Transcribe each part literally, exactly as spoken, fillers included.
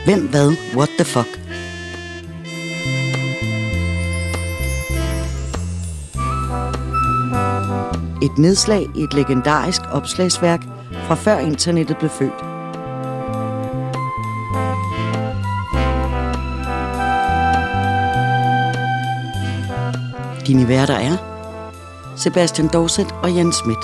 Hvem, hvad, what the fuck? Et nedslag i et legendarisk opslagsværk fra før internettet blev født. Dine værter er Sebastian Dorset og Jens Schmidt.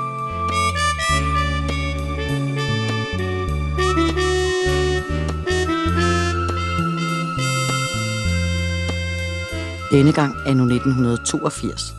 Denne gang er nu nitten toogfirs.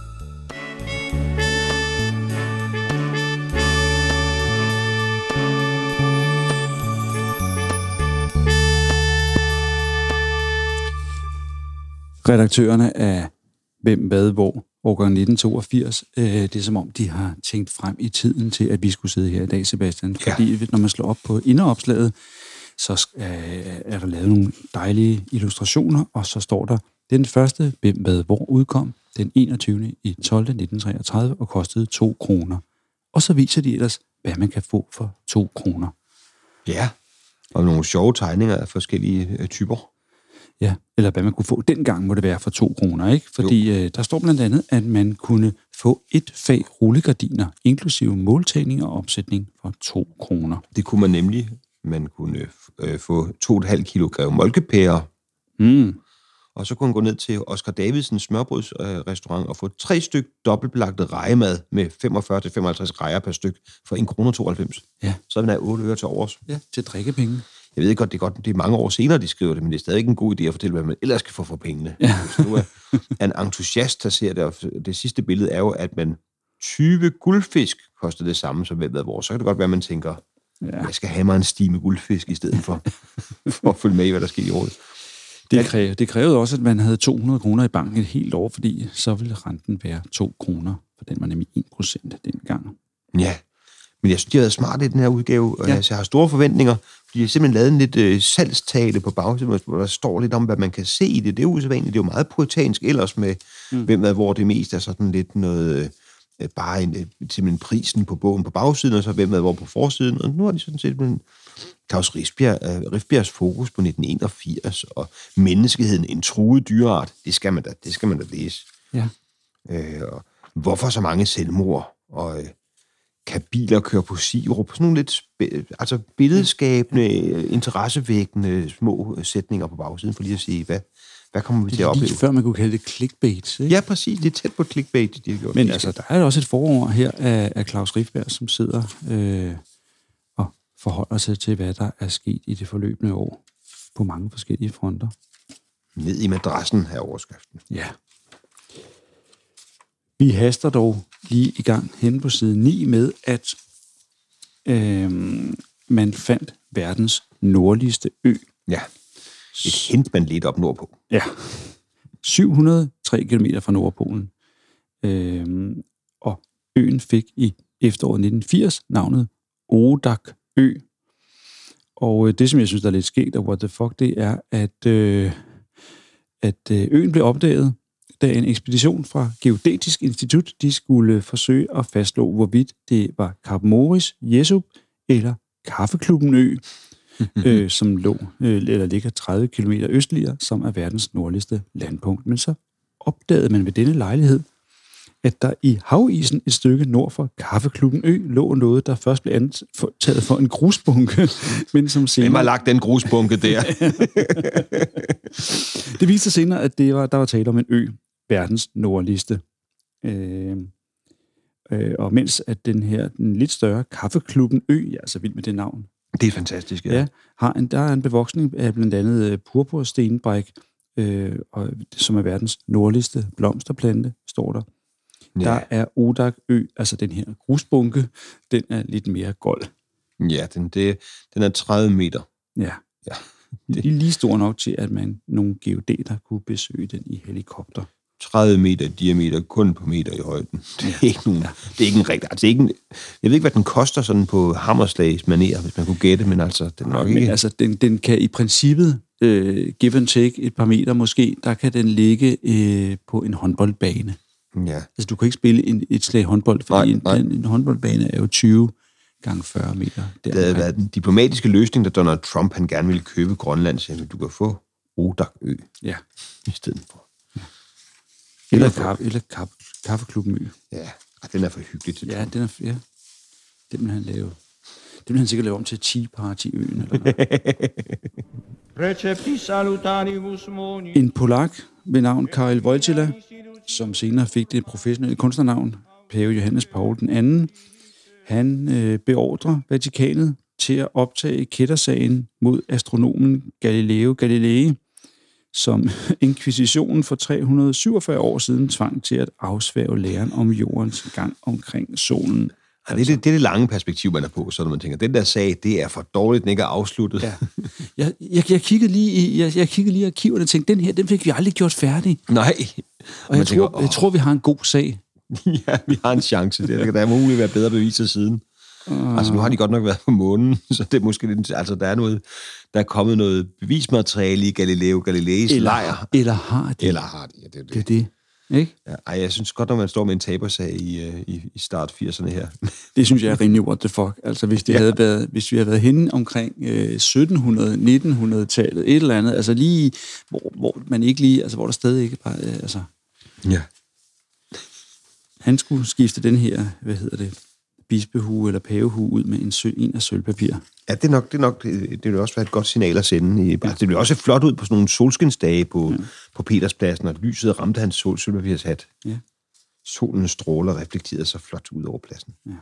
Redaktørerne af Hvem, hvad, hvor, årgang nitten toogfirs, øh, det er som om, de har tænkt frem i tiden til, at vi skulle sidde her i dag, Sebastian. Ja. Fordi når man slår op på inderopslaget, så øh, er der lavet nogle dejlige illustrationer, og så står der, den første Hvem, hvad, hvor udkom den enogtyvende i tolvte nitten treogtredive og kostede to kroner. Og så viser de ellers, hvad man kan få for to kroner. Ja, og nogle sjove tegninger af forskellige øh, typer. Ja, eller hvad man kunne få. Dengang må det være for to kroner, ikke? Fordi øh, der står blandt andet, at man kunne få et fag rullegardiner, inklusive måltagning og opsætning for to kroner. Det kunne man nemlig. Man kunne øh, få to komma fem kilo Greve Molkepærer. Mm. Og så kunne man gå ned til Oscar Davidsens smørbrødsrestaurant øh, og få tre styk dobbeltbelagte rejemad med femogfyrre til femoghalvtreds rejer per styk for en krone tooghalvfems. Ja. Så er man af otte øre til overs. Ja, til drikkepenge. Jeg ved godt, det er godt, det er mange år senere, de skriver det, men det er stadig en god idé at fortælle, hvad man ellers kan få for pengene. Ja. Hvis nu er en entusiast, der ser det, og det sidste billede er jo, at man tyve guldfisk koster det samme som hvem ved hvor. Så kan det godt være, at man tænker, ja. Jeg skal have mig en stime guldfisk i stedet for, for at følge med i, hvad der sker i året. Det, krævede, det krævede også, at man havde to hundrede kroner i banken et helt år, fordi så ville renten være to kroner, for den var nemlig en procent dengang. Ja, men jeg synes, de har været smarte i den her udgave, og ja. jeg har store forventninger, fordi jeg har simpelthen lavet en lidt øh, salgstale på bagsiden, hvor der står lidt om, hvad man kan se i det. Det er jo usædvanligt, det er jo meget puritansk ellers med, mm. hvem hvad, hvor det mest er sådan lidt noget, øh, bare en, øh, simpelthen prisen på bogen på bagsiden, og så hvem hvad, hvor på forsiden, og nu har de sådan set en Claus Rifbjerg, øh, Rifbjergs fokus på nitten enogfirs, og menneskeheden, en truet dyreart, det skal man da, det skal man da læse. Ja. Øh, og hvorfor så mange selvmord, og øh, kan biler køre på sirup, sådan nogle lidt sp- altså billedskabende, interessevækkende små sætninger på bagsiden, for lige at sige, hvad, hvad kommer vi til at opleve? Lige før man kunne kalde det clickbait, ikke? Ja, præcis. Det er tæt på clickbait, de har gjort. Men altså, der er også et forord her af, af Claus Rifbjerg, som sidder øh, og forholder sig til, hvad der er sket i det forløbende år på mange forskellige fronter. Ned i madrassen her overskriften. Ja. Vi haster dog lige i gang hen på side ni med, at øh, man fandt verdens nordligste ø. Ja, et hint, man ledte op nordpå. Ja, syv hundrede og tre kilometer fra Nordpolen. Øh, og øen fik i efteråret nitten firs navnet Odak-ø. Og det, som jeg synes, der er lidt skægt af what the fuck, det er, at, øh, at øen blev opdaget, da en ekspedition fra Geodetisk Institut, de skulle forsøge at fastslå, hvorvidt det var Kap Moris, Jesup eller Kaffeklubben Ø, øh, som lå, øh, eller ligger tredive kilometer østligere, som er verdens nordligste landpunkt. Men så opdagede man ved denne lejlighed, at der i havisen et stykke nord for Kaffeklubben Ø lå noget, der først blev antaget for en grusbunke, men som senere... Hvem har lagt den grusbunke der? Det viste sig senere, at det var, der var tale om en ø, verdens nordligste. Øh, øh, og mens at den her, den lidt større Kaffeklubben Ø, jeg er så vild med det navn. Det er fantastisk, ja. ja har en, der er en bevoksning af blandt andet purpurstenbræk, øh, og, som er verdens nordligste blomsterplante, står der. Ja. Der er Odak-ø, altså den her grusbunke, den er lidt mere gold. Ja, den, det, den er tredive meter. Ja. ja. Det er lige stor nok til, at man nogle geodeter kunne besøge den i helikopter. tredive meter i diameter, kun på meter i højden. Det er ikke nogen, ja. det er ikke en rigtig, altså ikke en, jeg ved ikke, hvad den koster sådan på hammerslags manér, hvis man kunne gætte, men altså, den nok men ikke... altså, den, den kan i princippet, øh, give and take et par meter måske, der kan den ligge øh, på en håndboldbane. Ja. Altså, du kan ikke spille en, et slag håndbold, fordi nej, nej. En, en håndboldbane er jo tyve gange fyrre meter. Det havde været den diplomatiske løsning, da Donald Trump han gerne ville købe Grønland, så du kan få Odak-ø ja. i stedet for. Ja. Eller, kaffe, eller kaffe, kaffeklubben ø. Ja, den er for hyggelig til. Ja, den er, ja. Det vil han lave. Det vil han sikkert lave om til Tea Party-øen. Eller en polak ved navn Karel Wojtyla, som senere fik det professionelle kunstnernavn, Pave Johannes Paul den anden, han øh, beordrer Vatikanet til at optage kættersagen mod astronomen Galileo Galilei, som inkvisitionen for tre hundrede og syvogfyrre år siden tvang til at afsværge læren om jordens gang omkring solen. Ja, det, er det, det er det lange perspektiv, man er på, så når man tænker, den der sag, det er for dårligt, den ikke er afsluttet. Ja. Jeg, jeg, jeg, kiggede lige i, jeg, jeg kiggede lige i arkiverne og tænkte, den her, den fik vi aldrig gjort færdig. Nej. Og jeg, tænker, tror, jeg tror, vi har en god sag. Ja, vi har en chance. Det, der er muligt være bedre beviser siden. Uh. Altså, nu har de godt nok været på månen, så det er måske lidt, altså, der er noget, der er kommet noget bevismateriale i Galileo Galileis lejr. Eller har de. Eller har de, ja, det er det. Det er det. Ikke? Ja, ej, jeg synes godt, når man står med en tabersag i, i, i start firserne her. Det synes jeg er rimelig what the fuck. Altså, hvis, det ja. havde været, hvis vi havde været henne omkring øh, sytten hundrede, nitten hundrede-tallet, et eller andet, altså lige, hvor, hvor man ikke lige, altså hvor der stadig ikke bare, øh, altså... Ja. Han skulle skifte den her, hvad hedder det, bispehue eller pavehue ud med en, sø, en af sølvpapir. Ja, det er nok, det er nok, det vil også være et godt signal at sende. I, ja. Altså, det bliver også flot ud på sådan nogle solskinsdage på, ja. på Peterspladsen, og lyset ramte hans sol, sølvpapirshat. Ja. Solens stråler reflekterede så flot ud over pladsen. Ja,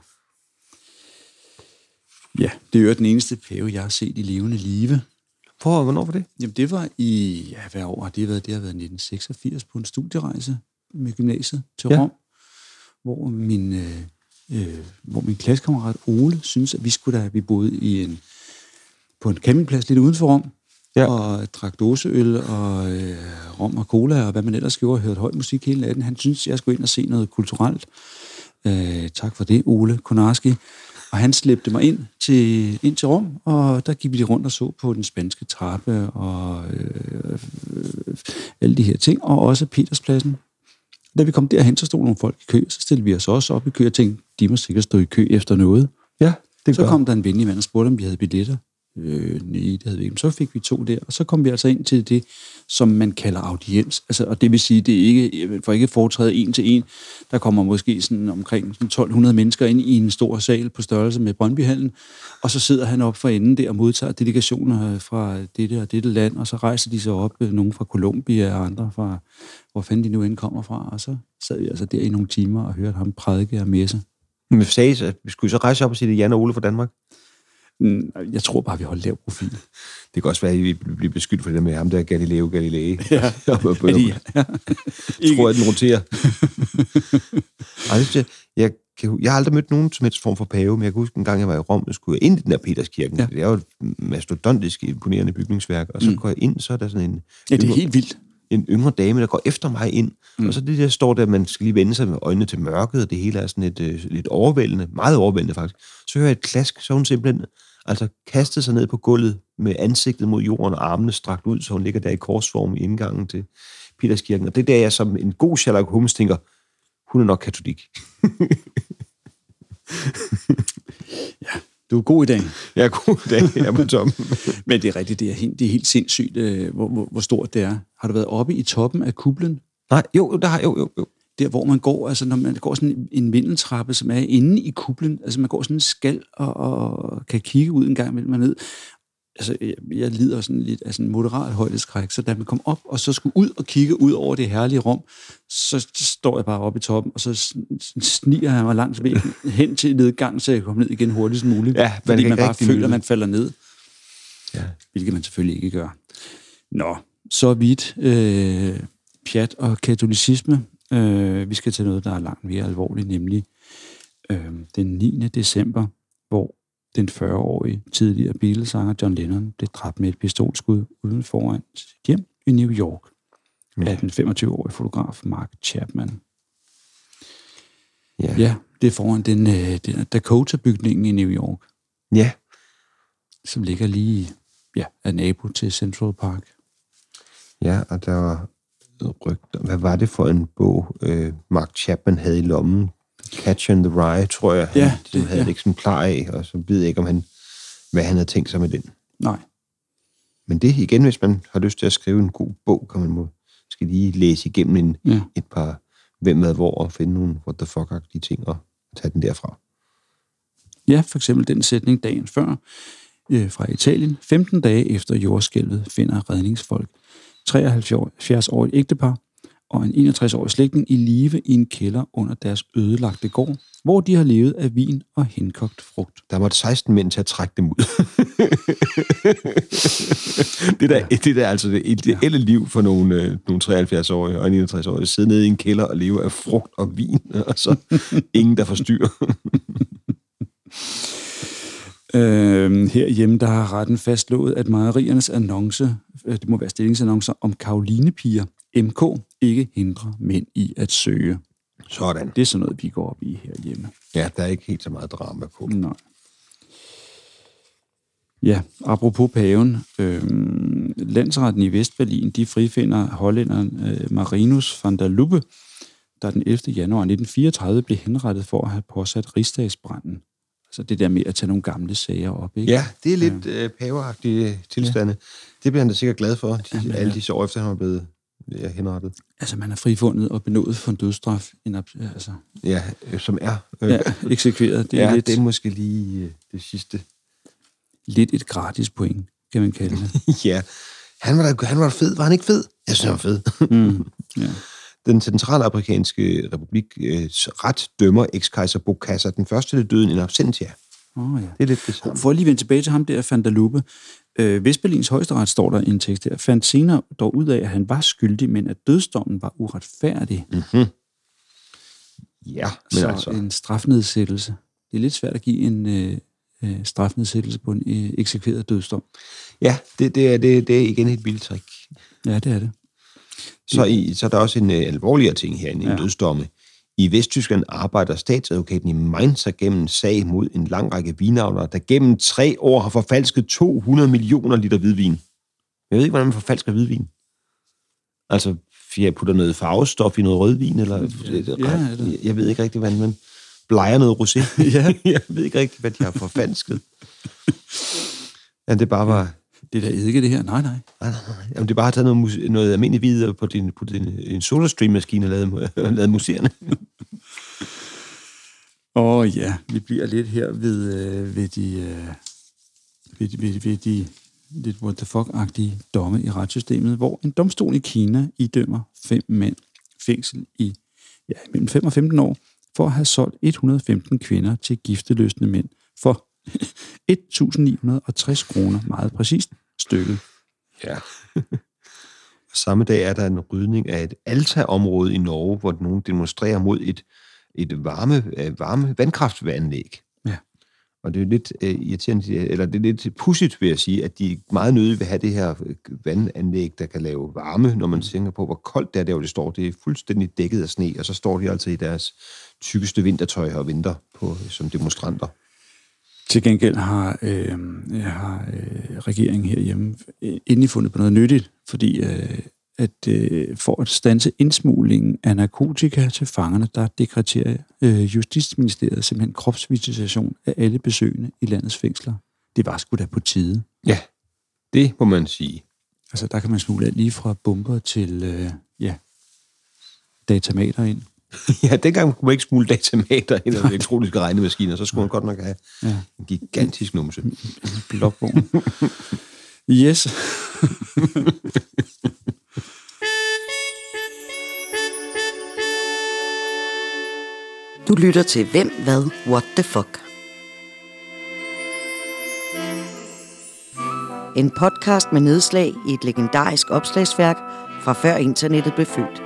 ja, det er jo den eneste pave, jeg har set i levende live. Hvor, hvornår var det? Jamen, det var i, ja, hvad år har det været? Det har været nitten seksogfirs på en studierejse med gymnasiet til ja. Rom, hvor min... Øh, Øh, hvor min klassekammerat Ole synes, at vi skulle da, vi boede i en, på en campingplads lidt uden for Rom, ja. og drak dåseøl og øh, rom og cola, og hvad man ellers gjorde, og hørte høj musik hele natten. Han synes, jeg skulle ind og se noget kulturelt. Øh, tak for det, Ole Konarski. Og han slæbte mig ind til, ind til Rom, og der gik vi rundt og så på den spanske trappe, og øh, øh, alle de her ting, og også Peterspladsen. Da vi kom derhen, så stod nogle folk i kø, så stillede vi os også op i kø og tænkte, de må sikkert stå i kø efter noget. Ja, det Så kom der en venlig mand og spurgte, om vi havde billetter. Øh, nej, det havde vi ikke. Så fik vi to der, og så kom vi altså ind til det, som man kalder audiens. Altså, og det vil sige, det er ikke, for ikke foretræde en til en. Der kommer måske sådan omkring sådan tolv hundrede mennesker ind i en stor sal på størrelse med Brøndbyhallen, og så sidder han op for enden der og modtager delegationer fra dette og dette land, og så rejser de sig op, nogen fra Colombia og andre fra, hvor fanden de nu end kommer fra, og så sad vi altså der i nogle timer og hørte ham prædike og messe. Men sagde, at vi skulle så rejse op og sige, det er Jan og Ole fra Danmark? Jeg tror bare, vi holdt lav profil. Det kan også være, at vi bliver beskyldt for det med ham, der Galileo Galilei. Ja, ja. De, ja. Tror jeg, den roterer. jeg, jeg, jeg har aldrig mødt nogen som helst form for pave, men jeg kan huske, en gang jeg var i Rom, så skulle jeg ind i den der Peterskirken. Ja. Det er jo et mastodontisk imponerende bygningsværk, og så mm. går jeg ind, så er der sådan en... Ja, det er helt vildt. En yngre dame, der går efter mig ind, mm. og så det der står der, at man skal lige vende sig med øjnene til mørket, og det hele er sådan lidt, øh, lidt overvældende, meget overvældende faktisk. Så hører jeg et klask, så hun simpelthen altså kastede sig ned på gulvet med ansigtet mod jorden og armene strakt ud, så hun ligger der i korsform i indgangen til Peterskirken. Og det er der, jeg som en god Sherlock Holmes tænker, hun er nok katolik. Ja, du er god i dag. Jeg er god i dag, jeg er på toppen. Men det er rigtigt, det er helt, det er helt sindssygt, hvor, hvor, hvor stort det er. Har du været oppe i toppen af kuplen? Nej, jo, der har jo, jo, jo. Der, hvor man går, altså når man går sådan en vindeltrappe, som er inde i kuplen, altså man går sådan en skal og, og kan kigge ud en gang mellem ned. Altså, jeg, jeg lider sådan lidt af sådan en moderat højdeskræk, så da man kom op og så skulle ud og kigge ud over det herlige rum, så står jeg bare oppe i toppen, og så sniger jeg mig langs væggen hen til nedgangen, så jeg kommer ned igen hurtigst muligt. Ja, man fordi man bare føler, muligt. at man falder ned. Ja. Hvilket man selvfølgelig ikke gør. Nå, så vidt øh, pjat og katolicisme. Øh, vi skal til noget, der er langt mere alvorligt, nemlig øh, den niende december, hvor den fyrre-årige tidligere Beatles-sanger John Lennon blev dræbt med et pistolskud uden foran sit hjem i New York ja. af den femogtyve-årige fotograf Mark Chapman. Ja, ja det er foran den, den Dakota-bygningen i New York. Ja. Som ligger lige ja, er nabo til Central Park. Ja, og der var rygter. Hvad var det for en bog, øh, Mark Chapman havde i lommen, Catcher in the Rye, tror jeg, ja, han det, havde ja. et eksemplar af, og så ved jeg ikke, om han, hvad han havde tænkt sig med den. Nej. Men det igen, hvis man har lyst til at skrive en god bog, kan man måske lige læse igennem en, ja. et par hvem hvad hvor, og finde nogle what the fuck-agtige ting, og tage den derfra. Ja, for eksempel den sætning dagen før øh, fra Italien. femten dage efter jordskælvet finder redningsfolk treoghalvfjerds-årigt ægtepar og en enogtres-årig slægtning i live i en kælder under deres ødelagte gård, hvor de har levet af vin og henkogt frugt. Der måtte seksten mænd til at trække dem ud. det, der, ja. det der er altså det ideelle ja. liv for nogle, øh, nogle treoghalvfjerds-årige og enogtres-årige. Sidde nede i en kælder og leve af frugt og vin, og så ingen, der forstyrrer. øh, herhjemme, der har retten fastslået, at mejeriernes annonce, det må være stillingsannoncer om Karolinepiger, M K, ikke hindrer mænd i at søge. Sådan. Det er sådan noget, vi går op i herhjemme. Ja, der er ikke helt så meget drama på. Nej. Ja, apropos paven. Øh, landsretten i Vestberlin, de frifinder hollænderen øh, Marinus van der Lubbe, der den ellevte januar nitten fireogtredive blev henrettet for at have påsat rigsdagsbranden. Altså det der med at tage nogle gamle sager op, ikke? Ja, det er lidt ja. øh, paveagtige tilstande. Ja. Det bliver han da sikkert glad for, de, ja, alle disse år efter, han er blevet ja, henrettet. Altså man er frifundet og benådet for en dødsstraf. En, altså, ja, som er... Øh, ja, eksekveret. Det er, ja, lidt, det er måske lige øh, det sidste. Lidt et gratis point, kan man kalde det. ja, han var, da, han var fed. Var han ikke fed? Jeg synes, han var fed. mm, ja. Den centralafrikanske republik øh, ret dømmer ekskejser Bokassa den første til døden in absentia. Oh, ja. Det er lidt det samme. For at lige vende tilbage til ham der, van der Lubbe. Øh, Vestberlins højesteret, står der i en tekst der, fandt senere dog ud af, at han var skyldig, men at dødsdommen var uretfærdig. Mm-hmm. Ja, men så altså... en strafnedsættelse. Det er lidt svært at give en øh, øh, strafnedsættelse på en øh, eksekveret dødsdom. Ja, det, det, er, det, det er igen et billigt trick. Ja, det er det. Så, i, så er der også en uh, alvorligere ting her end en ja. dødsdomme. I Vesttyskland arbejder statsadvokaten i Mainz gennem sag mod en lang række vinavlere, der gennem tre år har forfalsket to hundrede millioner liter hvidvin. Jeg ved ikke, hvordan man forfalsker hvidvin. Altså, jeg putter noget farvestof i noget rødvin, eller... Ja, ja, jeg, jeg ved ikke rigtig, hvordan man bleger noget rosé. ja. Jeg ved ikke rigtig, hvad de har forfalsket. Ja, det bare var... Det er da ikke det her. Nej, nej. Nej, nej, nej. Jamen, det er bare taget noget, noget almindeligt hvid på din, på din en SodaStream-maskine og lavet, lavet museerne. Åh oh, ja, vi bliver lidt her ved, øh, ved de, øh, ved, ved, ved de lidt what the fuck-agtige domme i retssystemet, hvor en domstol i Kina idømmer fem mænd fængsel i ja, mellem fem og femten år for at have solgt et hundrede og femten kvinder til gifteløsende mænd for et tusind ni hundrede og tres kroner, meget præcist stykket. Ja. Samme dag er der en rydning af et Alta-område i Norge, hvor nogen demonstrerer mod et, et varme, varme vandkraftanlæg. Ja. Og det er lidt uh, irriterende, eller det er lidt pudsigt, vil jeg sige, at de meget nødigt vil have det her vandanlæg, der kan lave varme, når man tænker på, hvor koldt det er der, hvor det står. Det er fuldstændig dækket af sne, og så står de altså i deres tykkeste vintertøj og venter på som demonstranter. Til gengæld har, øh, har øh, regeringen herhjemme endelig fundet på noget nyttigt, fordi øh, at øh, for at standse indsmuglingen af narkotika til fangerne, der dekreterer øh, Justitsministeriet simpelthen kropsvisitation af alle besøgende i landets fængsler. Det var sgu da på tide. Ja, det må man sige. Altså, der kan man smugle alt lige fra bomber til, øh, ja, datamater ind. Ja, dengang kunne man ikke smule datamater ind af elektroniske regnemaskiner, så skulle man godt nok have ja. en gigantisk numse. En blokvogn. Yes. Du lytter til Hvem, Hvad, What the Fuck. En podcast med nedslag i et legendarisk opslagsværk fra før internettet blev født.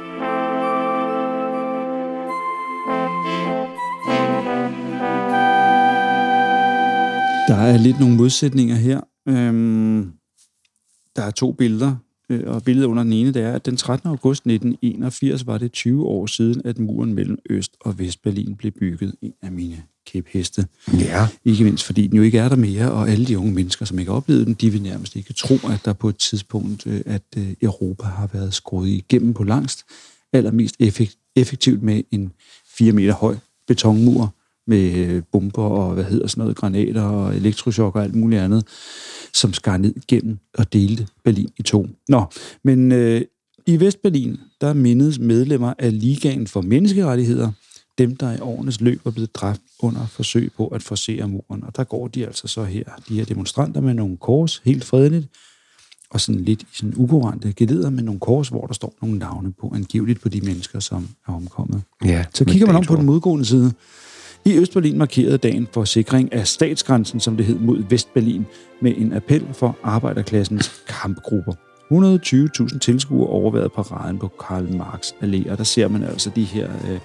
Der er lidt nogle modsætninger her. Øhm, der er to billeder, øh, og billedet under den ene, det er, at den trettende august nitten enogfirs var det tyve år siden, at muren mellem Øst- og Vestberlin blev bygget. En af mine kæpheste. Ja. Ikke mindst, fordi den jo ikke er der mere, og alle de unge mennesker, som ikke har oplevet den, de vil nærmest ikke tro, at der på et tidspunkt, øh, at øh, Europa har været skåret igennem på langst, allermest effekt, effektivt med en fire meter høj betonmur med bomber og, hvad hedder sådan noget, granater og elektrochok og alt muligt andet, som skar ned igennem og delte Berlin i to. Nå, men øh, i Vestberlin, der mindedes medlemmer af Ligaen for Menneskerettigheder, dem, der i årenes løb var blevet dræbt under forsøg på at forsere muren. Og der går de altså så her, de her demonstranter med nogle kors, helt fredeligt, og sådan lidt i sådan ukurante geleder med nogle kors, hvor der står nogle navne på, angiveligt på de mennesker, som er omkommet. Ja, så kigger man om på den modgående side. I Østberlin markerede dagen for sikring af statsgrænsen, som det hed, mod Vestberlin, med en appel for arbejderklassens kampgrupper. et hundrede og tyve tusind tilskuere overværede paraden på Karl Marx Allé, og der ser man altså de her øh,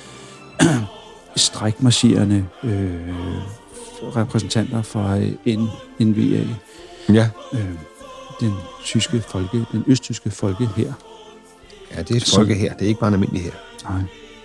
strækmarcherende øh, repræsentanter fra øh, N V A. Ja. Øh, den tyske folke, den østtyske folke her. Ja, det er et folke her. Det er ikke bare en almindelig her. Nej.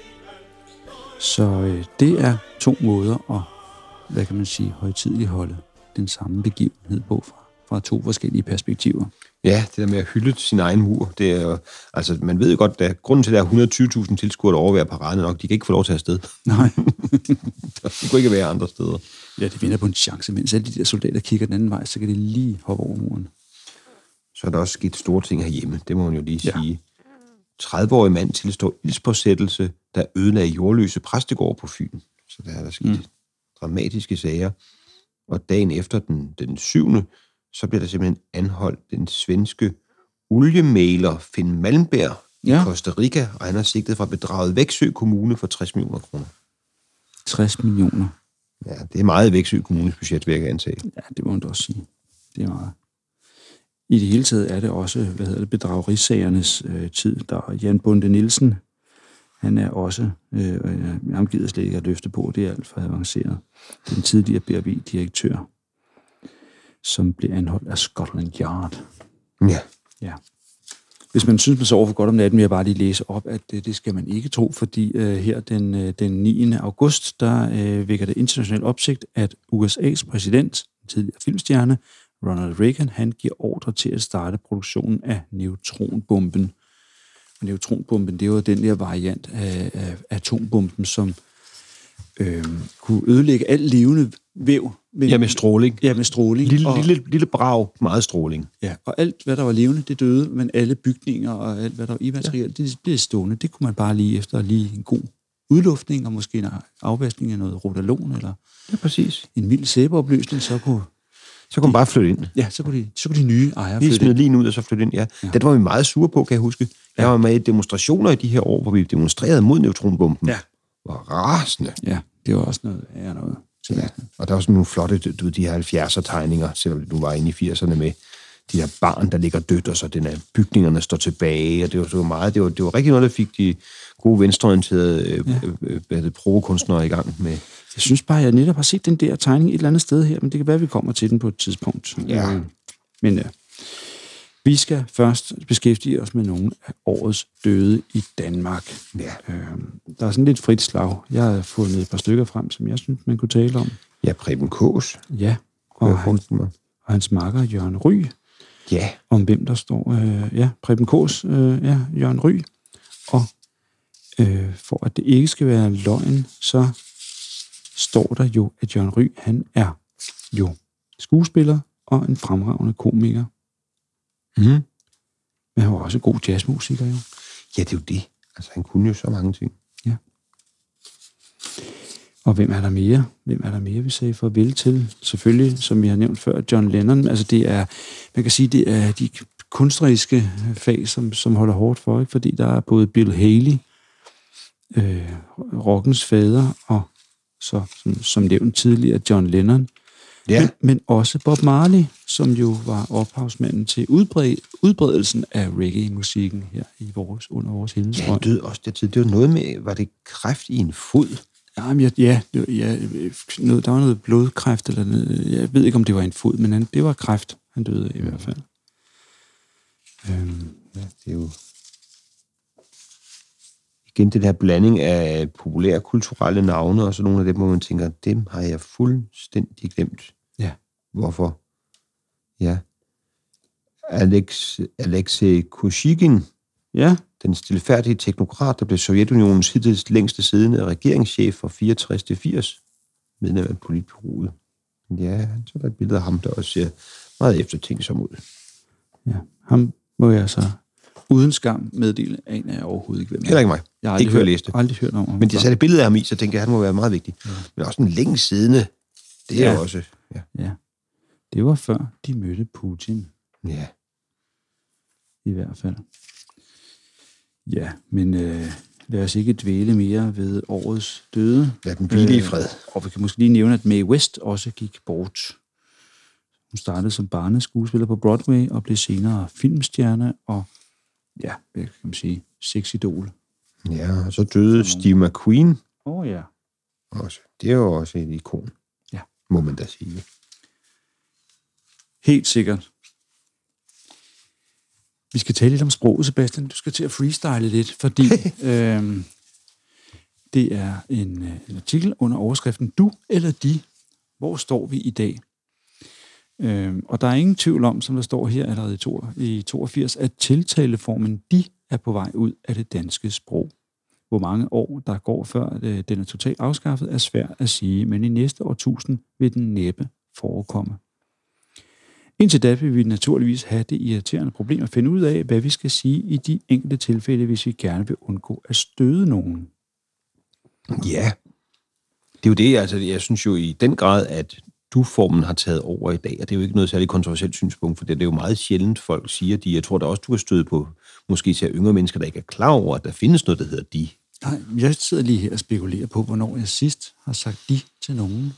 Så øh, det er to måder at, hvad kan man sige, højtideligt holde den samme begivenhed på fra, fra to forskellige perspektiver. Ja, det der med at hylde sin egen mur, det er jo, altså man ved jo godt, at grunden til, at der er et hundrede og tyve tusind tilskuere, der overværer paraden nok, de kan ikke få lov til at afsted. Nej. Det kunne ikke være andre steder. Ja, det vinder på en chance, mens alle de der soldater kigger den anden vej, så kan de lige hoppe over muren. Så er der også sket store ting herhjemme, det må man jo lige ja. sige. tredive-årig mand tilstår ildspåsættelse, der ødelagde jordløse præstegård på Fyn. Så der er der sket mm. dramatiske sager. Og dagen efter den, den syvende, så bliver der simpelthen anholdt den svenske oliemaler Finn Malmberg ja. i Costa Rica, og han er sigtet fra bedraget Växjö Kommune for tres millioner kroner. tres millioner? Ja, det er meget Växjö Kommunes budget, vil jeg antage. Ja, det må man da også sige. Det er meget. I det hele taget er det også, hvad hedder det, bedragerisagernes øh, tid. Der er Jan Bonde Nielsen, han er også, øh, jeg gider slet ikke at løfte på, det er alt for avanceret. Den tidligere B R B-direktør, som blev anholdt af Scotland Yard. Ja. Ja. Hvis man synes, man sover for godt om natten, vil jeg bare lige læse op, at det, det skal man ikke tro, fordi øh, her den, øh, den niende august, der øh, vækker det international opsigt, at U S A's præsident, tidligere filmstjerne, Ronald Reagan, han giver ordre til at starte produktionen af neutronbomben. Og neutronbomben, det er jo den der variant af, af atombomben, som øh, kunne ødelægge alt levende væv. Med, ja, med stråling. Ja, med stråling. Lille, og, lille, lille brag, meget stråling. Ja, og alt, hvad der var levende, det døde, men alle bygninger og alt, hvad der var i materiel, ja. det blev stående. Det kunne man bare lige efter lige en god udluftning, og måske en afvaskning af noget rotalon, eller ja, præcis. en mild sæbeopløsning, så kunne... Så kunne man bare flytte ind. Ja, så kunne de, så kunne de nye ejere lige flytte ind. Lige smide ud og så flytte ind, ja. ja. Det var vi meget sure på, kan jeg huske. Jeg ja. var med i demonstrationer i de her år, hvor vi demonstrerede mod neutronbomben. Ja. Var rasende. Ja, det var også noget af noget. Ja. Og der er også nogle flotte, du ved, de her halvfjerdser-tegninger, selvom du var inde i firserne med de her barn, der ligger dødt, og så den her bygningerne står tilbage, og det var, det var meget, det var, det var rigtig noget, der fik de gode venstreorienterede ja. øh, øh, provokunstnere i gang med. Jeg synes bare, at jeg netop har set den der tegning et eller andet sted her, men det kan være, at vi kommer til den på et tidspunkt. Ja. Men ja, vi skal først beskæftige os med nogle af årets døde i Danmark. Ja. Øhm, der er sådan lidt frit slag. Jeg har fundet et par stykker frem, som jeg synes, man kunne tale om. Ja, Preben Kaas. Ja, og, han, og hans makker Jørgen Ry. Ja. Om hvem der står. Øh, ja, Preben Kaas, øh, ja, Jørgen Ry. Og øh, for at det ikke skal være løgn, så står der jo, at Jørgen Ry, han er jo skuespiller og en fremragende komiker. Mm. Men han var også god jazzmusiker, jo. Ja, det er jo det. Altså, han kunne jo så mange ting. Ja. Og hvem er der mere? Hvem er der mere, vi sagde farvel til? Selvfølgelig, som vi har nævnt før, John Lennon. Altså, det er, man kan sige, det er de kunstneriske fag, som, som holder hårdt for, ikke? Fordi der er både Bill Haley, øh, rockens fader, og så, som, som nævnt tidligere, John Lennon. Ja. Men, men også Bob Marley, som jo var ophavsmanden til udbred, udbredelsen af reggae-musikken her i vores, under vores himmelstrøm. Ja, han døde også der tid. Det var noget med, var det kræft i en fod? Jamen, ja, ja, ja noget, der var noget blodkræft, eller noget, jeg ved ikke, om det var en fod, men han, det var kræft, han døde i hvert fald. Øhm, ja, det er jo igen den her blanding af populære kulturelle navne, og så nogle af dem, hvor man tænker, dem har jeg fuldstændig glemt. Ja. Hvorfor? Ja. Alex, Alexei Kosygin. Ja. Den stilfærdige teknokrat, der blev Sovjetunionens hidtil længste siddende regeringschef fra fireogtres til firs, medlem af politbureauet. Ja, så er der et billede af ham, der også ser meget eftertænksom ud. Ja, ham må jeg så uden skam meddele, aner jeg overhovedet ikke, hvem. Heller ikke mig. Jeg har ikke aldrig, hørt, hørt, aldrig hørt om ham. Men de satte et billede af ham i, så tænkte jeg, at han må være meget vigtig. Ja. Men også en længe siddende, det er ja. jo også... Ja. ja, det var før de mødte Putin. Ja. I hvert fald. Ja, men øh, lad os ikke dvæle mere ved årets døde. Lad dem hvile i fred. Øh, og vi kan måske lige nævne, at Mae West også gik bort. Hun startede som barneskuespiller på Broadway og blev senere filmstjerne og, ja, hvad kan man sige, sexidol. Ja, og så døde Steve McQueen. Åh oh, ja. Også. Det er jo også et ikon. Ja. Må man da sige. Helt sikkert. Vi skal tale lidt om sproget, Sebastian. Du skal til at freestyle lidt, fordi øh, det er en, en artikel under overskriften Du eller de? Hvor står vi i dag? Øh, og der er ingen tvivl om, som der står her allerede i, to, i toogfirs, at tiltaleformen de er på vej ud af det danske sprog. Hvor mange år der går før det, den er totalt afskaffet, er svært at sige, men i næste årtusind vil den næppe forekomme. Indtil da vil vi naturligvis have det irriterende problem at finde ud af, hvad vi skal sige i de enkelte tilfælde, hvis vi gerne vil undgå at støde nogen. Ja, det er jo det, altså jeg synes jo i den grad, at du-formen har taget over i dag, og det er jo ikke noget særligt kontroversielt synspunkt, for det er jo meget sjældent, folk siger de. Jeg tror da også, du har stødt på måske til yngre mennesker, der ikke er klar over, at der findes noget, der hedder de. Nej, jeg sidder lige her og spekulerer på, hvornår jeg sidst har sagt de til nogen.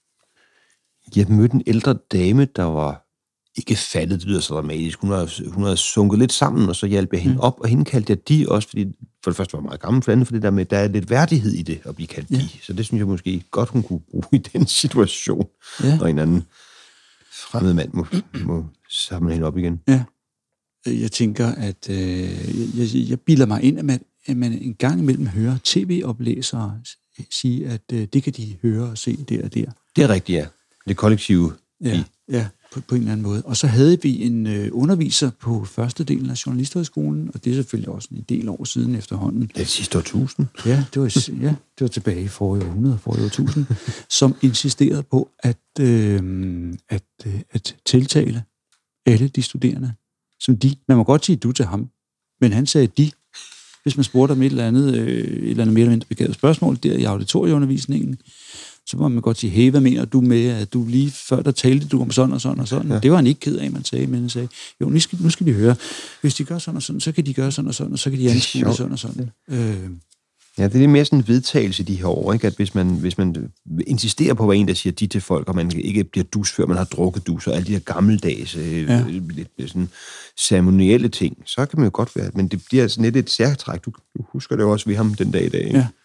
Jeg mødte en ældre dame, der var ikke faldet, det lyder så dramatisk. Hun har, hun har sunket lidt sammen, og så hjalp jeg hende mm. op, og hende kaldte jeg de også, fordi for det første var meget gammel, for det andet, for det der med, der er lidt værdighed i det at blive kaldt ja. de. Så det synes jeg måske godt, hun kunne bruge i den situation, ja. Og en anden fremmed mand må, må samle hende op igen. Ja, jeg tænker, at øh, jeg, jeg bilder mig ind, at man, at man en gang imellem hører tv-oplæsere sige, at øh, det kan de høre og se der og der. Det er rigtigt, ja. Det kollektive. Ja, ja. På, på en eller anden måde. Og så havde vi en øh, underviser på første delen af Journalisthøjskolen, og det er selvfølgelig også en del år siden efterhånden. Det sidste årtusind. Ja, det var, ja, det var tilbage i forrige århundrede, forrige årtusind, som insisterede på at, øh, at, øh, at tiltale alle de studerende som de. Man må godt sige du til ham, men han sagde de. Hvis man spurgte om et eller andet, øh, et eller andet mere eller mindre begavet spørgsmål der i auditorieundervisningen, så må man godt sige, hey, hvad mener du med, at du lige før der talte du om sådan og sådan og sådan. Ja. Det var han ikke ked af, man sagde, men han sagde, jo, nu skal, nu skal de høre, hvis de gør sådan og sådan, så kan de gøre sådan og sådan, og så kan de anskue det sådan og sådan. Øh. Ja, det er lidt mere sådan en vedtagelse de her år, ikke? At hvis man, hvis man insisterer på, hvad en, der siger de til folk, og man ikke bliver dus, før man har drukket dus, og alle de her gammeldags, ja. lidt sådan ceremonielle ting, så kan man jo godt være, men det bliver sådan lidt et særtræk. Du, du husker det jo også ved ham den dag i dag, ikke? Ja.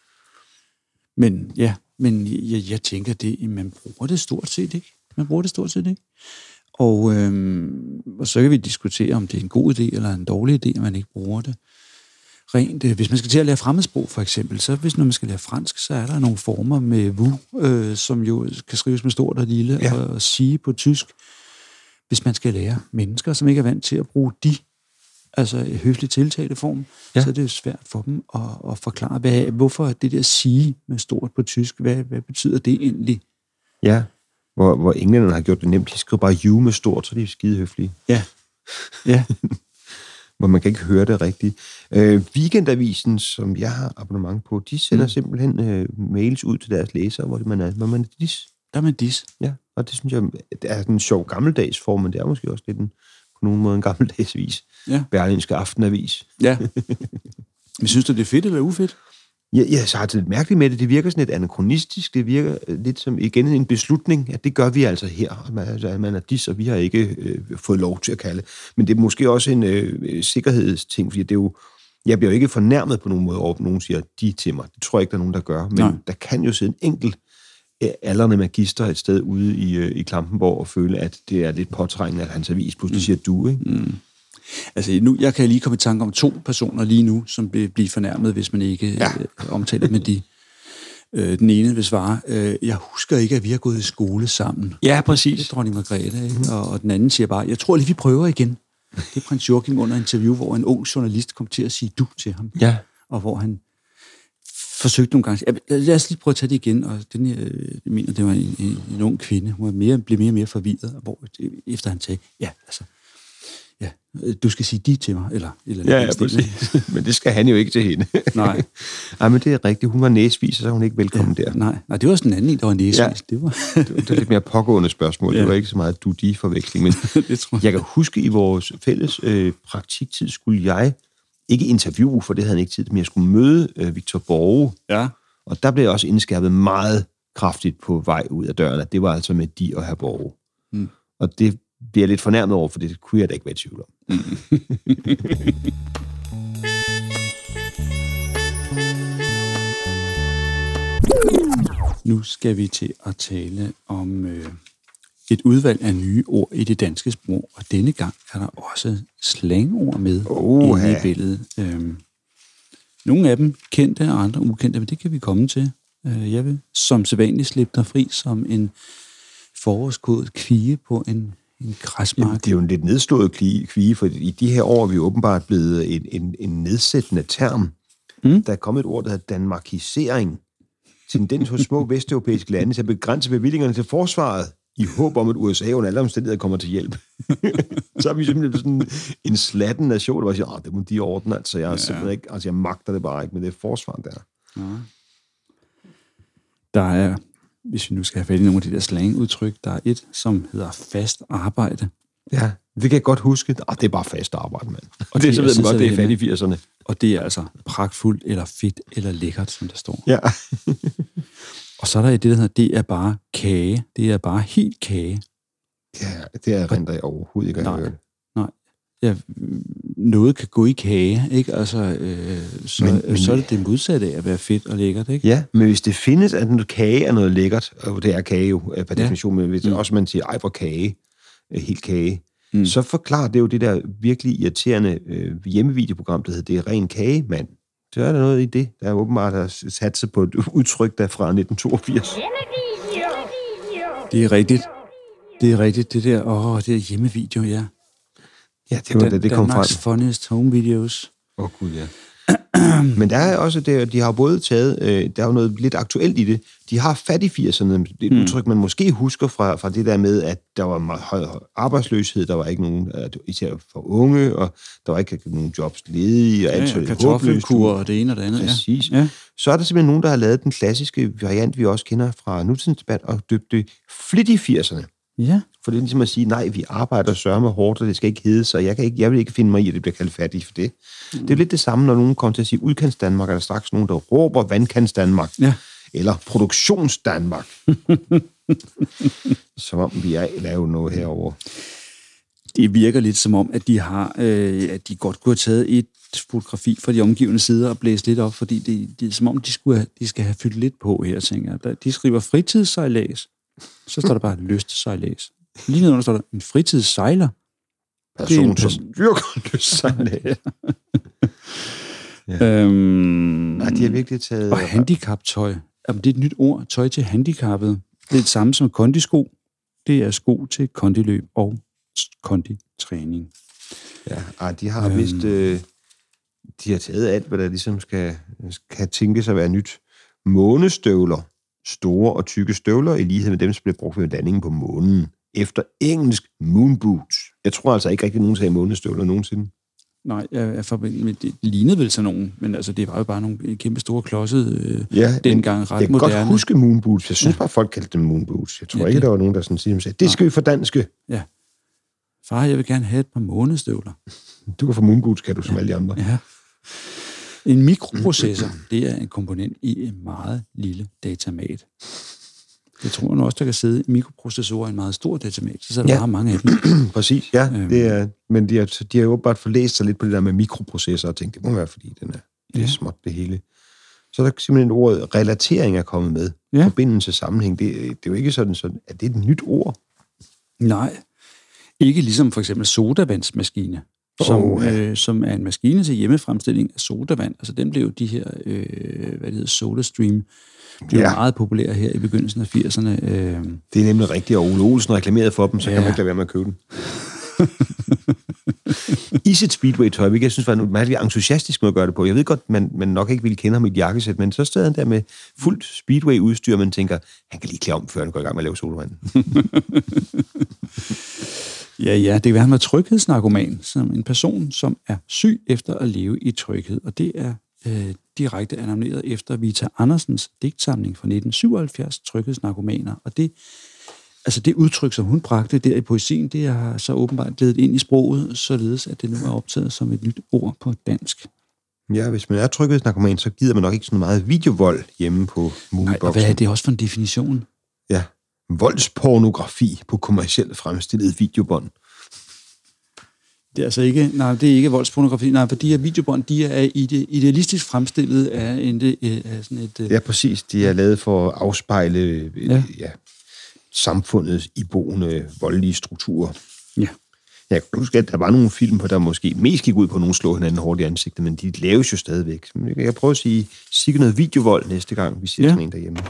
Men ja, men jeg, jeg tænker, det, man bruger det stort set ikke. Man bruger det stort set ikke. Og, øhm, og så kan vi diskutere, om det er en god idé eller en dårlig idé, at man ikke bruger det. Rent, øh, hvis man skal til at lære fremmedsprog, for eksempel, så hvis når man skal lære fransk, så er der nogle former med vous, øh, som jo kan skrives med stort og lille, ja. og, og sige på tysk. Hvis man skal lære mennesker, som ikke er vant til at bruge de, altså høflig tiltaleform, ja. så er det jo svært for dem at, at forklare, hvad, hvorfor det der sige med stort på tysk, hvad, hvad betyder det egentlig? Ja, hvor, hvor englænderne har gjort det nemt. De skriver bare you med stort, så de er skide høflige. Ja, ja. Hvor man kan ikke høre det rigtigt. Øh, Weekendavisen, som jeg har abonnement på, de sender mm. simpelthen øh, mails ud til deres læsere, hvor man er, hvor man er dis. Der er man dis. Ja, og det synes jeg, det er en sjov gammeldags form, men det er måske også lidt en, på nogen måde en gammeldags vis. Ja. Berlingske Aftenavis. Ja. Men synes du, det er fedt eller ufedt? Ja, ja, så har det lidt mærkeligt med det. Det virker sådan lidt anachronistisk. Det virker lidt som igen en beslutning, at det gør vi altså her. Man, altså, man er dis, og vi har ikke øh, fået lov til at kalde. Men det er måske også en øh, sikkerhedsting, fordi det er jo, jeg bliver jo ikke fornærmet på nogen måde over, at nogen siger de til mig. Det tror jeg ikke, der er nogen, der gør. Men Nej. Der kan jo sidde en enkelt øh, aldrende magister et sted ude i, øh, i Klampenborg og føle, at det er lidt påtrængende, at hans avis pludselig mm. siger du, ikke? Mm. Altså, nu, jeg kan lige komme i tanke om to personer lige nu, som vil blive fornærmet, hvis man ikke ja. øh, omtaler med de. Øh, den ene vil svare, øh, jeg husker ikke, at vi har gået i skole sammen. Ja, præcis. Det er dronning Margrethe, ikke? Og, og den anden siger bare, jeg tror lige, vi prøver igen. Det er prins Joachim under interview, hvor en ung journalist kom til at sige du til ham. Ja. Og hvor han forsøgte nogle gange... Lad os lige prøve at tage det igen. Og den, jeg mener, det var en, en, en ung kvinde. Hun var mere, blev mere og mere forvirret, hvor efter han sagde, ja, altså... Ja, du skal sige de til mig, eller... eller ja, ja, præcis. Men det skal han jo ikke til hende. Nej. Nej, men det er rigtigt. Hun var næsvis, så er hun ikke velkommen ja, der. Nej, nej, det var sådan en anden en, der var næsvis. Ja. Det, var... det var lidt mere pågående spørgsmål. Ja. Det var ikke så meget du-de-forveksling. Men det tror jeg. jeg kan huske, i vores fælles øh, praktiktid skulle jeg ikke interviewe, for det havde han ikke tid, men jeg skulle møde øh, Victor Borge. Ja. Og der blev jeg også indskærpet meget kraftigt på vej ud af døren, at det var altså med de og herr Borge. Mm. Og det bliver jeg lidt fornærmet over, for det kunne jeg da ikke være i tvivl om. Mm. Nu skal vi til at tale om øh, et udvalg af nye ord i det danske sprog, og denne gang er der også slangord med oh, inde i billedet. Øhm, nogle af dem kendte, og andre ukendte, men det kan vi komme til. Øh, jeg vil som sædvanligt slippe dig fri som en forårskodet kvie på en, en græsmark. Jamen, det er jo en lidt nedslået kvie, for i de her år er vi åbenbart blevet en, en, en nedsættende term. Mm. Der er kommet et ord, der hedder danmarkisering. Tendens hos små vesteuropæiske lande til at begrænse bevillingerne til forsvaret i håb om, at U S A under alle omstændigheder kommer til hjælp. Så er vi simpelthen sådan en slatten nation, der bare siger, det må de ordne, altså jeg, ja. simpelthen ikke, altså jeg magter det bare ikke, men det er forsvar der. Ja. Der er, hvis vi nu skal have fat i nogle af de der slangudtryk, der er et, som hedder fast arbejde. Ja, det kan jeg godt huske. Ah, det er bare fast arbejde, mand. Og det, det så ved man godt, det er fat i firserne. Og det er altså pragtfuldt, eller fedt, eller lækkert, som der står. Ja. Og så er der det, der hedder, det er bare kage. Det er bare helt kage. Ja, det er rent jeg overhovedet ikke at høre. Nej. Ja, noget kan gå i kage, ikke? Altså, øh, så, men, men, så er det det modsatte af at være fedt og lækkert, ikke? Ja, men hvis det findes, at en kage er noget lækkert, og det er kage jo per ja. definition, men hvis mm. også man siger, ej, hvor kage, helt kage, mm. så forklarer det jo det der virkelig irriterende øh, hjemmevideoprogram, der hedder Det er ren kage, mand. Så er der noget i det, der er åbenbart har sat sig på et udtryk, der fra nitten toogfirs. Det er rigtigt. Det er rigtigt, det der, åh, det er hjemmevideo, ja. Ja, det var det, det kom frem. Danmarks funniest home videos. Åh, oh, gud, ja. Men der er også det, de har både taget, øh, der er jo noget lidt aktuelt i det, de har fat i firserne, det er et mm. udtryk, man måske husker fra, fra det der med, at der var meget høj arbejdsløshed, der var ikke nogen, især for unge, og der var ikke nogen jobs ledige, og ja, alt ja, kartoffelkur og det ene og det andet. Præcis. Ja. Ja. Så er der simpelthen nogen, der har lavet den klassiske variant, vi også kender fra nutidens debat, og døbt det flittig firserne. Ja. For det er ligesom at sige, nej, vi arbejder og sørger med hårdt, og det skal ikke hedde sig. Jeg, kan ikke, jeg vil ikke finde mig i, at det bliver kaldt fattig for det. Mm. Det er lidt det samme, når nogen kommer til at sige udkants Danmark, er der straks nogen, der råber vandkants Danmark. Ja. Eller produktions Danmark. Som om vi er lavet noget herover. Det virker lidt som om, at de har, øh, at de godt kunne have taget et fotografi fra de omgivende sider og blæst lidt op, fordi det, det er som om, de, skulle have, de skal have fyldt lidt på her, tænker jeg. De skriver fritidssejlads. Så står der bare lystsejlads. Lige nedenunder står der en fritidssejler. Person, en person, som dyrker lystsejlads. Ja. Øhm, Nej, de har virkelig taget... Og handicaptøj. Jamen, det er et nyt ord. Tøj til handicappede. Det er det samme som kondisko. Det er sko til kondiløb og konditræning. Ja, ej, de har øhm, vist... Øh, de har taget alt, hvad der ligesom skal, skal tænkes at være nyt. Månestøvler. Store og tykke støvler, i lighed med dem, som blev brugt ved landingen på månen. Efter engelsk moonboots. Jeg tror altså ikke rigtig, nogen sagde månestøvler nogensinde. Nej, jeg, jeg, det, det lignede vel sådan nogen, men altså, det var jo bare nogle kæmpe store klodsede, øh, ja, dengang ret jeg moderne. Jeg kan godt huske moonboots. Jeg synes ja. bare, folk kaldte dem moonboots. Jeg tror ja, ikke, det... der var nogen, der sådan siger, sagde, det skal vi for danske. Ja. Far, jeg vil gerne have et par månestøvler. Du kan få moonboots, kan du, som ja. alle de andre. Ja. En mikroprocessor, det er en komponent i en meget lille datamat. Jeg tror nu også, der kan sidde mikroprocessorer i en meget stor datamat, så er der ja. bare mange af dem. Præcis, ja. Øhm. Det er, men de har, de har jo bare forlæst sig lidt på det der med mikroprocessorer, og tænkt, det må være, fordi den er, det er ja. småt det hele. Så er der simpelthen ordet relatering er kommet med. Ja. Forbindelse, sammenhæng. Det, det er jo ikke sådan, sådan, at det er et nyt ord. Nej. Ikke ligesom for eksempel sodavandsmaskine. Som, oh, ja. øh, som er en maskine til hjemmefremstilling af sodavand. Altså den blev de her, øh, hvad det hedder, SodaStream, blev ja. meget populær her i begyndelsen af firserne. Øh. Det er nemlig rigtigt, og Ole Olsen reklamerede for dem, så ja. kan man ikke lade være med at købe den. I sit speedway-tøj, hvilket jeg synes var en meget entusiastisk måde at gøre det på. Jeg ved godt, man, man nok ikke ville kende ham i et jakkesæt, men så stod han der med fuldt speedway-udstyr, og man tænker, han kan lige klæde om, før han går i gang med at lave Solvand. ja, ja, det kan være, han var tryghedsnarkoman, som en person, som er syg efter at leve i tryghed, og det er øh, direkte annonceret efter Vita Andersens digtsamling fra nitten syvoghalvfjerds, Tryghedsnarkomaner, og det Altså det udtryk, som hun bragte der i poesien, det har så åbenbart gledet ind i sproget, således at det nu er optaget som et nyt ord på dansk. Ja, hvis man er tryghedsnarkoman, så gider man nok ikke så meget videovold hjemme på Movieboxen. Nej, og hvad er det også for en definition? Ja, voldspornografi på kommercielt fremstillet videobånd. Det er altså ikke, nej, det er ikke voldspornografi, nej, for de her videobånd, de er ide, idealistisk fremstillet af, en, af sådan et... Ja, præcis. De er lavet for at afspejle ja. Ja, samfundets iboende voldelige strukturer. Ja. Jeg kan huske, at der var nogle film, på der måske mest gik ud på, at nogen slår hinanden hårdt i ansigtet, men de laves jo stadigvæk. Jeg kan prøve at sige, sikke noget videovold næste gang, vi siger ja. Sådan en derhjemme.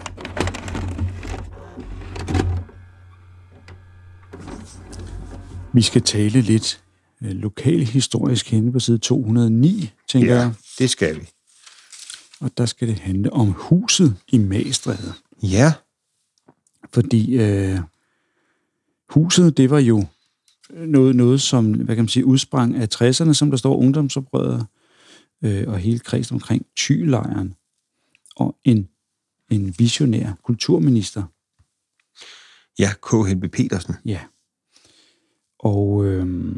Vi skal tale lidt lokalhistorisk henne på side to hundrede og ni, tænker ja, jeg. Det skal vi. Og der skal det handle om huset i Magstræde. Ja. Fordi øh, huset, det var jo noget, noget, som, hvad kan man sige, udsprang af tresserne, som der står ungdomsoprøret, øh, og hele kredsen omkring Thylejren, og en, en visionær kulturminister. Ja, K. Helbe Petersen. Ja. Og øh,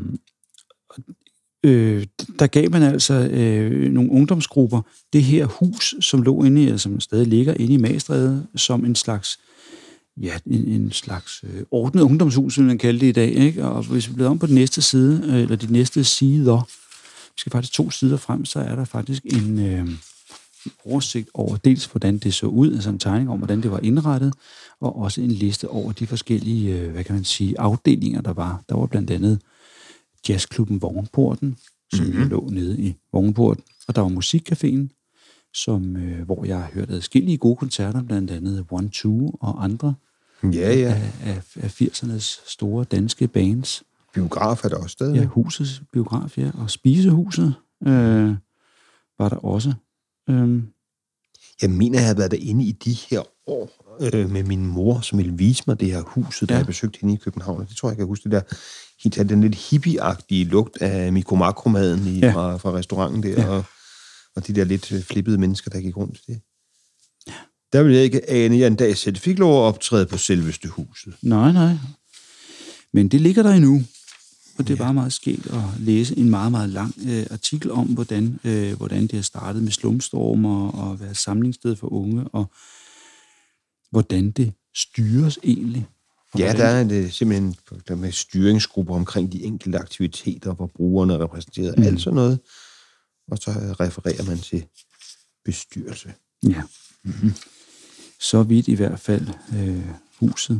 øh, der gav man altså øh, nogle ungdomsgrupper det her hus, som lå inde i, eller som stadig ligger inde i Magstræde, som en slags Ja, en, en slags øh, ordnet ungdomshus, vil man kalde det i dag, ikke? Og hvis vi bliver om på den næste side, øh, eller de næste sider, vi skal faktisk to sider frem, så er der faktisk en, øh, en oversigt over dels, hvordan det så ud, altså en tegning om, hvordan det var indrettet, og også en liste over de forskellige, øh, hvad kan man sige, afdelinger, der var. Der var blandt andet jazzklubben Vognporten, som mm-hmm. lå nede i Vognporten, og der var musikcaféen, som, øh, hvor jeg har hørt adskillige gode koncerter, blandt andet One Two og andre ja, ja. Af, af, af firsernes store danske bands. Biograf er der også stadig. Ja, husets biograf, ja. Og spisehuset øh, var der også. Øh. Jeg mener, jeg har været derinde i de her år øh, med min mor, som ville vise mig det her huset, ja. Da jeg besøgte hende i København. Det tror jeg, jeg kan huske det der. Helt den lidt hippie-agtige lugt af mikro-makromaden i, ja. fra, fra restauranten der, ja. og Og de der lidt flippede mennesker, der gik rundt til det. Ja. Der ville jeg ikke ane, at jeg en dag selv fik lov at optræde på selveste huset. Nej, nej. Men det ligger der endnu. Og det er ja. bare meget skægt at læse en meget, meget lang øh, artikel om, hvordan, øh, hvordan det har startet med slumstormer og været samlingssted for unge, og hvordan det styres egentlig. Ja, der er det simpelthen der med styringsgrupper omkring de enkelte aktiviteter, hvor brugerne er repræsenteret, mm. alt sådan noget. Og så refererer man til bestyrelse. Ja. Mm-hmm. Så vidt i hvert fald øh, huset.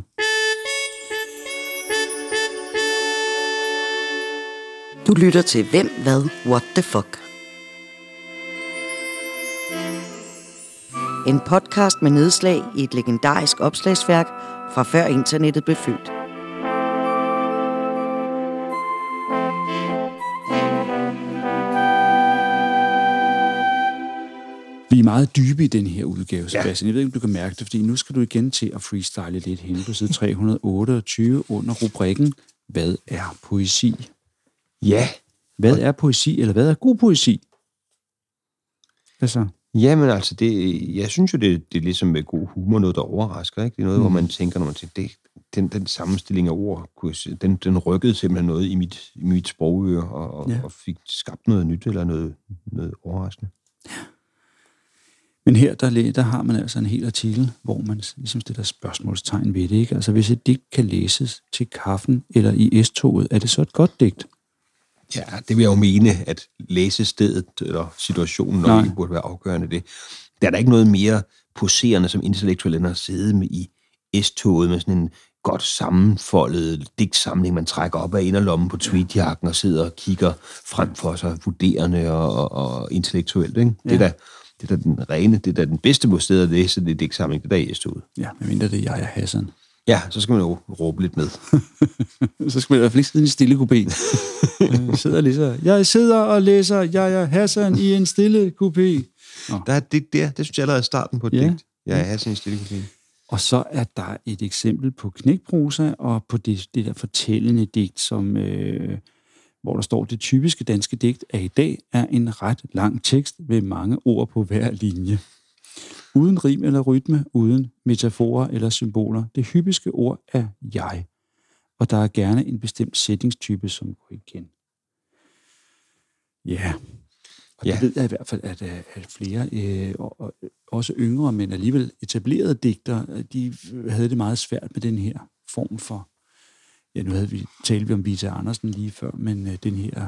Du lytter til Hvem, Hvad, What the Fuck. En podcast med nedslag i et legendarisk opslagsværk fra før internettet blev født. Vi er meget dybe i den her udgave, Sebastian. Ja. Jeg ved ikke, om du kan mærke det, fordi nu skal du igen til at freestyle lidt hen på side tre hundrede otteogtyve under rubrikken Hvad er poesi? Ja. Hvad er poesi, eller hvad er god poesi? Hvad så? Jamen altså, det, jeg synes jo, det, det er ligesom med god humor, noget, der overrasker, ikke? Det er noget, mm. hvor man tænker, når man tænker, det, den, den sammenstilling af ord, den, den rykkede simpelthen noget i mit, i mit sprogøre, og, ja. og fik skabt noget nyt, eller noget, noget overraskende. Ja. Men her, der, der har man altså en hel artikel, hvor man ligesom stiller spørgsmålstegn ved det, ikke? Altså, hvis et digt kan læses til kaffen eller i S-toget, er det så et godt digt? Ja, det vil jeg jo mene, at læsestedet eller situationen nok ikke burde være afgørende det. Der er der ikke noget mere poserende som intellektuel end at sidde med i S-toget med sådan en godt sammenfoldet digtsamling, man trækker op af inderlommen på tweetjakken og sidder og kigger frem for sig, vurderende og, og, og intellektuelt, ikke? Ja. Det er da Det er da den rene, det er da den bedste måde at læse det digtsamling, det der i S-toget. Ja, men mindre det er jeg og Hassan. Ja, så skal man jo råbe lidt med. Så skal man i hvert fald ikke sidde i en stille kupé. Jeg sidder og læser. Jeg sidder og læser, jeg er Hassan i en stille kupé. Nå. Der er et digt der, det synes jeg allerede er starten på et ja. digt. Jeg er Hassan i en stille kupé. Og så er der et eksempel på knækprosa, og på det, det der fortællende digt, som, øh, hvor der står, det typiske danske digt af i dag er en ret lang tekst med mange ord på hver linje. Uden rim eller rytme, uden metaforer eller symboler. Det hyppiske ord er jeg. Og der er gerne en bestemt sætningstype, som går igen. Ja, og ja. det ved jeg i hvert fald, at, at flere, øh, og, også yngre, men alligevel etablerede digter, de havde det meget svært med den her form for, ja, nu havde vi talt vi om Vita Andersen lige før, men øh, den her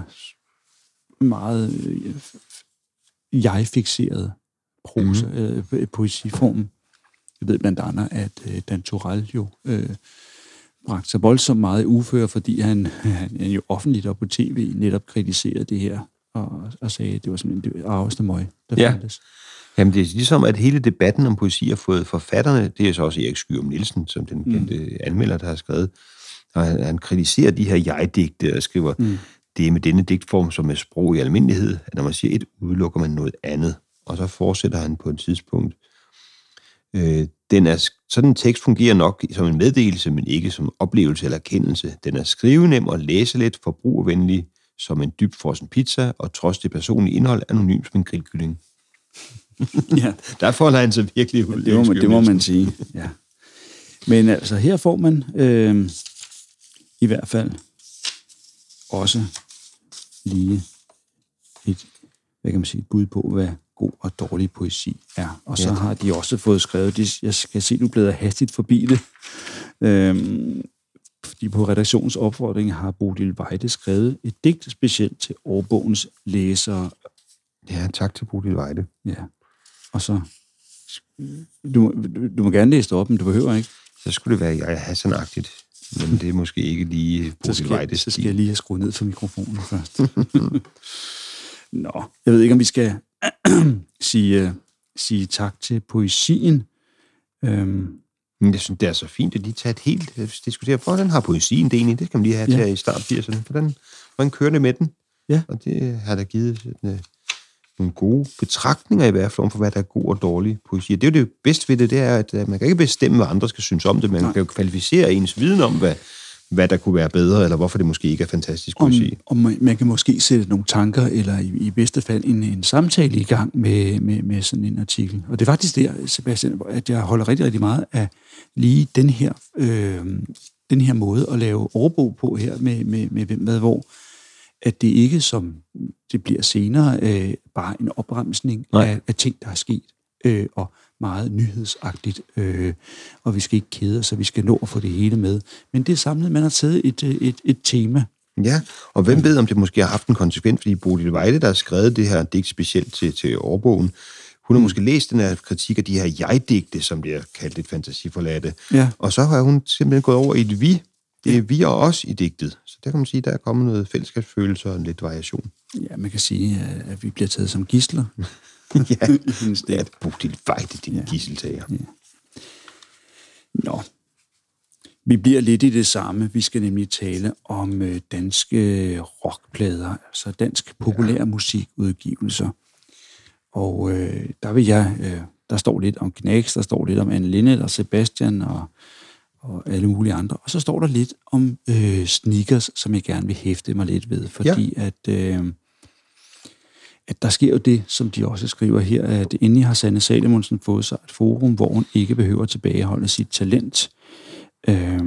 meget øh, jeg-fikserede prosa, mm-hmm. øh, poesiform. Jeg ved blandt andet, at øh, Dan Turèll jo øh, bragte sig voldsomt meget i uføre, fordi han, han, han jo offentligt og på tv netop kritiserede det her, og, og sagde, at det var simpelthen det arveste møg, der ja. fandtes. Jamen, det er ligesom, at hele debatten om poesi har fået forfatterne, det er så også Erik Skyum Nielsen, som den kendte mm. anmelder, der har skrevet, og han, han kritiserer de her jeg-digte og skriver, mm. det er med denne digtform, som er sprog i almindelighed, at når man siger et, udelukker man noget andet. Og så fortsætter han på et tidspunkt. Øh, den er, sådan en tekst fungerer nok som en meddelelse, men ikke som oplevelse eller erkendelse. Den er skrivenem og læselet, forbrugervenlig som en dybfrossen pizza, og trods det personlige indhold, anonym som en grillkylling. Ja. Der folder han sig virkelig ud. Ja, det, må man, det må man sige, ja. Men altså, her får man øh, i hvert fald også lige et, hvad kan man sige, et bud på, hvad god og dårlig poesi er. Og så ja. har de også fået skrevet, de, jeg skal se, du bliver hastigt forbi det, øhm, fordi på redaktionens opfordring har Bodil Weide skrevet et digt specielt til årbogens læsere. Ja, tak til Bodil Weide. Ja, og så, du, du, du må gerne læse det op, men du behøver ikke. Så skulle det være, jeg er Hassan-agtigt, men det er måske ikke lige Bodil Weides. Så skal jeg lige have skruet ned for mikrofonen først. Nå, jeg ved ikke, om vi skal sige, sige tak til poesien. Øhm. Jeg synes, det er så fint, at de tager et helt diskutere, hvordan har poesien det egentlig? Det kan man lige have ja. til i start firserne. Hvordan, hvordan kører det med den? Ja. Og det har der givet sådan, nogle gode betragtninger i hvert fald for, hvad der er god og dårlig poesi. Det er jo det bedste ved det, det er, at man kan ikke bestemme, hvad andre skal synes om det. Man Nej. kan jo kvalificere ens viden om, hvad, hvad der kunne være bedre, eller hvorfor det måske ikke er fantastisk poesi. Og man kan måske sætte nogle tanker, eller i, i bedste fald en, en samtale i gang med, med, med sådan en artikel. Og det er faktisk der, Sebastian, at jeg holder rigtig, rigtig meget af lige den her, øh, den her måde at lave overbog på her, med, med, med hvem hvad hvor, at det ikke, som det bliver senere, øh, bare en opremsning af, af ting, der er sket, øh, og meget nyhedsagtigt, øh, og vi skal ikke kede os, så vi skal nå at få det hele med. Men det er samlet, man har taget et, et, et tema. Ja, og hvem ved, om det måske har haft en konsekvens, fordi Bodil Weide, der har skrevet det her digt specielt til, til årbogen, hun har måske læst den her kritik af de her jeg-digte, som bliver kaldt et fantasiforladte, ja. og så har hun simpelthen gået over i et vi. Det er vi og os i digtet. Så der kan man sige, der er kommet noget fællesskabsfølelse og en lidt variation. Ja, man kan sige, at vi bliver taget som gidsler. ja, det er Bodil Weide, din ja. gisseltager. Ja. Nå. Vi bliver lidt i det samme. Vi skal nemlig tale om danske rockplader, altså dansk populærmusikudgivelser. Og øh, der vil jeg, øh, der står lidt om Knacks, der står lidt om Anne Linnet og Sebastian og og alle mulige andre. Og så står der lidt om øh, sneakers, som jeg gerne vil hæfte mig lidt ved, fordi ja. at, øh, at der sker jo det, som de også skriver her, at endelig har Sanne Salomonsen fået sig et forum, hvor hun ikke behøver tilbageholde sit talent. Øh,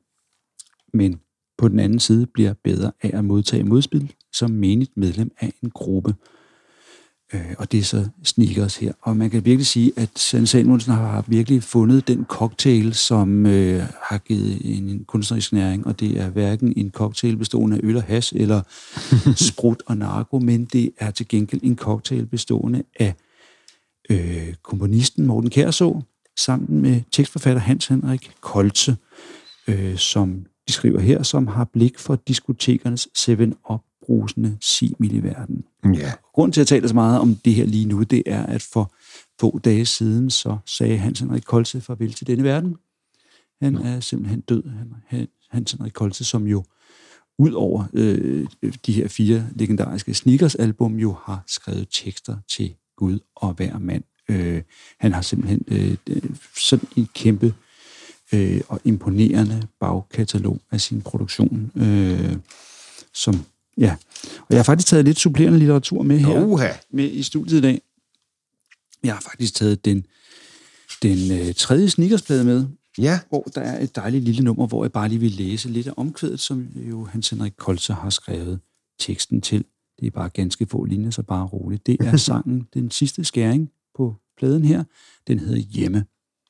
men på den anden side bliver bedre af at modtage modspil som menigt medlem af en gruppe. Øh, og det er så sneakers her. Og man kan virkelig sige, at Sanne Salomonsen har virkelig fundet den cocktail, som øh, har givet en, en kunstnerisk næring, og det er hverken en cocktail bestående af øl og hash, eller sprut og narko, men det er til gengæld en cocktail bestående af øh, komponisten Morten Kjærså, sammen med tekstforfatter Hans Henrik Koltze, øh, som de skriver her, som har blik for diskotekernes seven-up brusende simil i verden. Ja. Grunden til at tale så meget om det her lige nu, det er, at for få dage siden, så sagde Hans Henrik Koltze farvel til denne verden. Han er simpelthen død. Han, han, Hans Henrik Koltze, som jo ud over øh, de her fire legendariske Snickers-album, jo har skrevet tekster til Gud og hver mand. Øh, han har simpelthen øh, sådan en kæmpe øh, og imponerende bagkatalog af sin produktion, øh, som, ja. Og jeg har faktisk taget lidt supplerende litteratur med her, Oha. med i studiet i dag. Jeg har faktisk taget den, den øh, tredje Snickers-plade med, Ja. hvor der er et dejligt lille nummer, hvor jeg bare lige vil læse lidt af omkvædet, som jo Hans Henrik Koltze har skrevet teksten til. Det er bare ganske få linjer, så bare roligt. Det er sangen, den sidste skæring på pladen her. Den hedder Hjemme.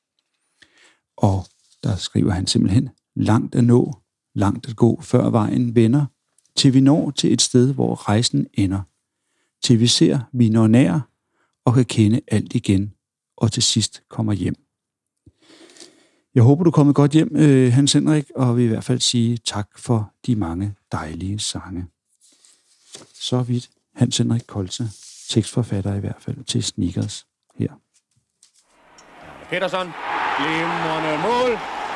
Og der skriver han simpelthen, langt at nå, langt at gå, før vejen vender, til vi når til et sted, hvor rejsen ender. Til vi ser, vi når nær, og kan kende alt igen, og til sidst kommer hjem. Jeg håber, du er kommet godt hjem, øh, Hans Henrik, og vil i hvert fald sige tak for de mange dejlige sange. Så vidt Hans Henrik Koltze, tekstforfatter i hvert fald til Snickers her. Peterson, glimrende mål.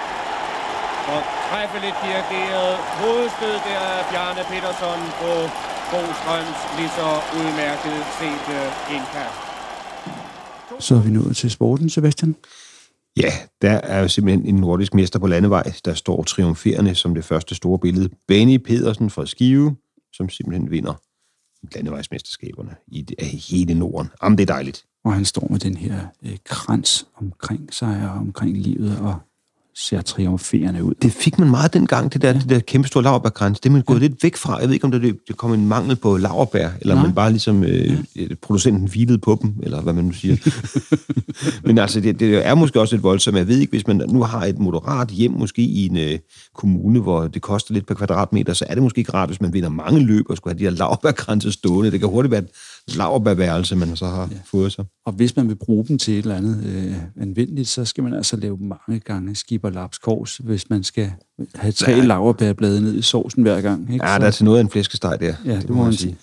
Og træffeligt dirigeret hovedstød der af Bjarne Peterson på Bostrøms lige så udmærket set indkast. Så er vi nået til sporten, Sebastian. Ja, der er jo simpelthen en nordisk mester på landevej, der står triumferende som det første store billede. Benny Pedersen fra Skive, som simpelthen vinder landevejsmesterskaberne i af hele Norden. Jamen, det er dejligt. Og han står med den her øh, krans omkring sig og omkring livet og ser triumferende ud. Det fik man meget dengang, det der, ja. det der kæmpe store laurbærkrans. Det er man gået ja. lidt væk fra. Jeg ved ikke, om der, der kom en mangel på laurbær, eller om man bare ligesom øh, ja. producenten hvilede på dem, eller hvad man nu siger. Men altså, det, det er måske også et voldsomt. Jeg ved ikke, hvis man nu har et moderat hjem, måske i en øh, kommune, hvor det koster lidt per kvadratmeter, så er det måske ikke rart, hvis man vinder mange løb og skulle have de her laurbærkranse stående. Det kan hurtigt være et laurbærværelse, man så har ja. fået sig. Og hvis man vil bruge dem til et eller andet øh, anvendeligt, så skal man altså lave mange gange skib og laps kors, hvis man skal have tre ja. laurbærblade ned i sovsen hver gang. Ikke? Ja, der er til noget af en flæskesteg der. Ja, det, det må man sige.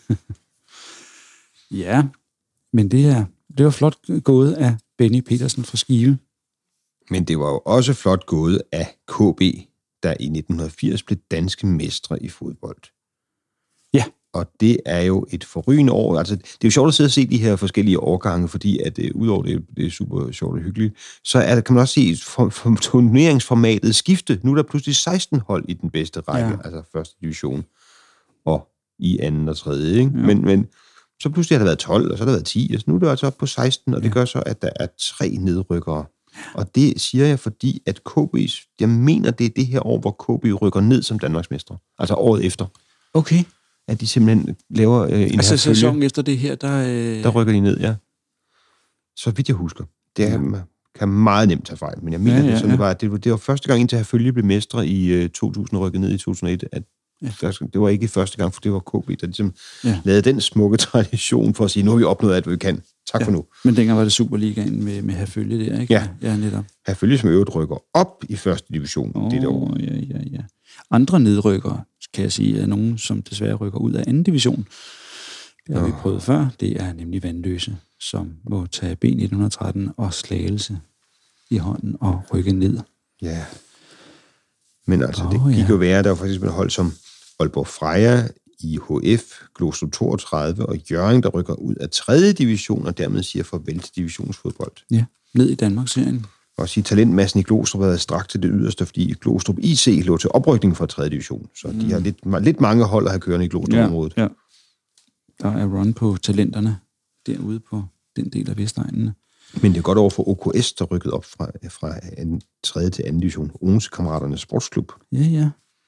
Ja, men det, er, det var flot gået af Benny Petersen fra Skive. Men det var jo også flot gået af K B, der i nitten firs blev danske mestre i fodbold. Ja. Og det er jo et forrygende år. Altså, det er jo sjovt at sidde og se de her forskellige årgange, fordi at uh, udover det, det er super sjovt og hyggeligt, så er der, kan man også se for, for, turneringsformatet skifte. Nu er der pludselig seksten hold i den bedste række, ja. altså første division, og i anden og tredje. Ikke? Ja. Men, men så pludselig har der været tolv, og så har der været ti, og så nu er det altså op på seksten, og det ja. gør så, at der er tre nedrykkere. Og det siger jeg, fordi at K B's, jeg mener, det er det her år, hvor K B rykker ned som Danmarksmestre. Altså året efter. Okay. At de simpelthen laver øh, en altså sæson sæsonen efter det her, der... Øh... Der rykker de ned, ja. Så vidt jeg husker. Det er, ja. kan meget nemt tage fejl, men jeg mener, ja, ja, det, sådan, ja. det, var, det, var, det var første gang, indtil Herfølge blev mestre i øh, to tusind og rykket ned i to tusind og et, at ja. første, det var ikke første gang, for det var K B, der ligesom ja. lavede den smukke tradition for at sige, nu har vi opnået alt, hvad vi kan. Tak ja. for nu. Men dengang var det Superligaen med, med Herfølge der, ikke? Ja. Ja, netop. Herfølge, som øvrigt rykker op i første division oh, det år. Ja, ja, ja. Andre nedrykkere, kan jeg sige, er nogen, som desværre rykker ud af anden division. Det har oh. vi prøvet før. Det er nemlig Vandløse, som må tage B nitten tretten og Slagelse i hånden og rykke ned. Ja. Men altså, oh, det gik ja. jo værre. Der var faktisk et hold som Aalborg Freja, I H F, Glostrup toogtredive og Hjørring, der rykker ud af tredje division, og dermed siger farvel til divisionsfodbold. Ja, ned i Danmarksserien. Og sige, talentmassen i Glostrup havde strakt til det yderste, fordi Glostrup I C lå til oprykning fra tredje division. Så mm. de har lidt, lidt mange hold at have kørende i Glostrup-området. Ja, ja. Der er run på talenterne derude på den del af Vestegnene. Men det er godt over for O K S, der rykkede op fra, fra en tredje til anden division. Odense-kammeraternes sportsklub. Ja, ja.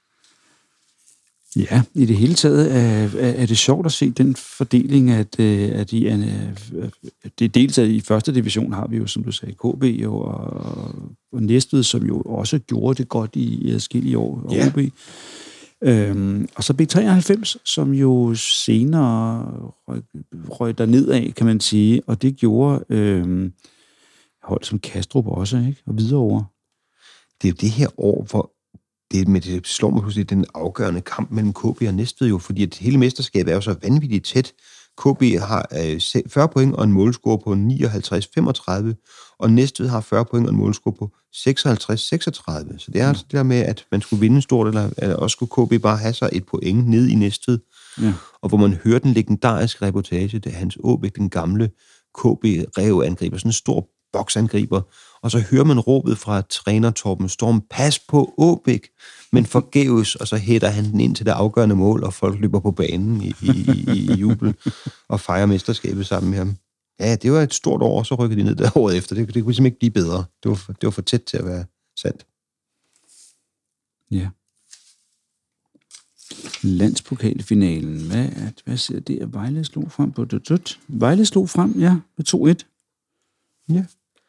Ja, i det hele taget er, er det sjovt at se den fordeling, at, at de er, det dels at i første division har vi jo, som du sagde, K B jo, og, og Næstved, som jo også gjorde det godt i, i adskillige år, og ja. O B. Øhm, og så B treoghalvfems, som jo senere røg, røg der nedad, kan man sige, og det gjorde øhm, hold som Kastrup også, ikke? Og Hvidovre. Det er jo det her år, hvor det, med det slår mig pludselig den afgørende kamp mellem K B og Næstved jo, fordi at hele mesterskabet er jo så vanvittigt tæt. K B har øh, fyrre point og en målscore på nioghalvtreds femogtredive, og Næstved har fyrre point og en målscore på seksoghalvtreds seksogtredive. Så det er altså det der med, at man skulle vinde stort, eller, eller også skulle K B bare have sig et point ned i Næstved. Ja. Og hvor man hører den legendariske reportage, det er Hans Aabæk, den gamle K B-ræveangriber, sådan en stor boksangriber, og så hører man råbet fra træner Torben Storm, pas på Aabæk, men forgæves, og så hætter han den ind til det afgørende mål, og folk løber på banen i, i, i, i jubel og fejrer mesterskabet sammen med ham. Ja, det var et stort år, og så rykkede de ned der året efter. Det, det kunne simpelthen ikke blive bedre. Det var, for, det var for tæt til at være sandt. Ja. Landspokalfinalen. Hvad, hvad ser det, at Vejle slog frem på det? Vejle slog frem, ja, med to et. Ja.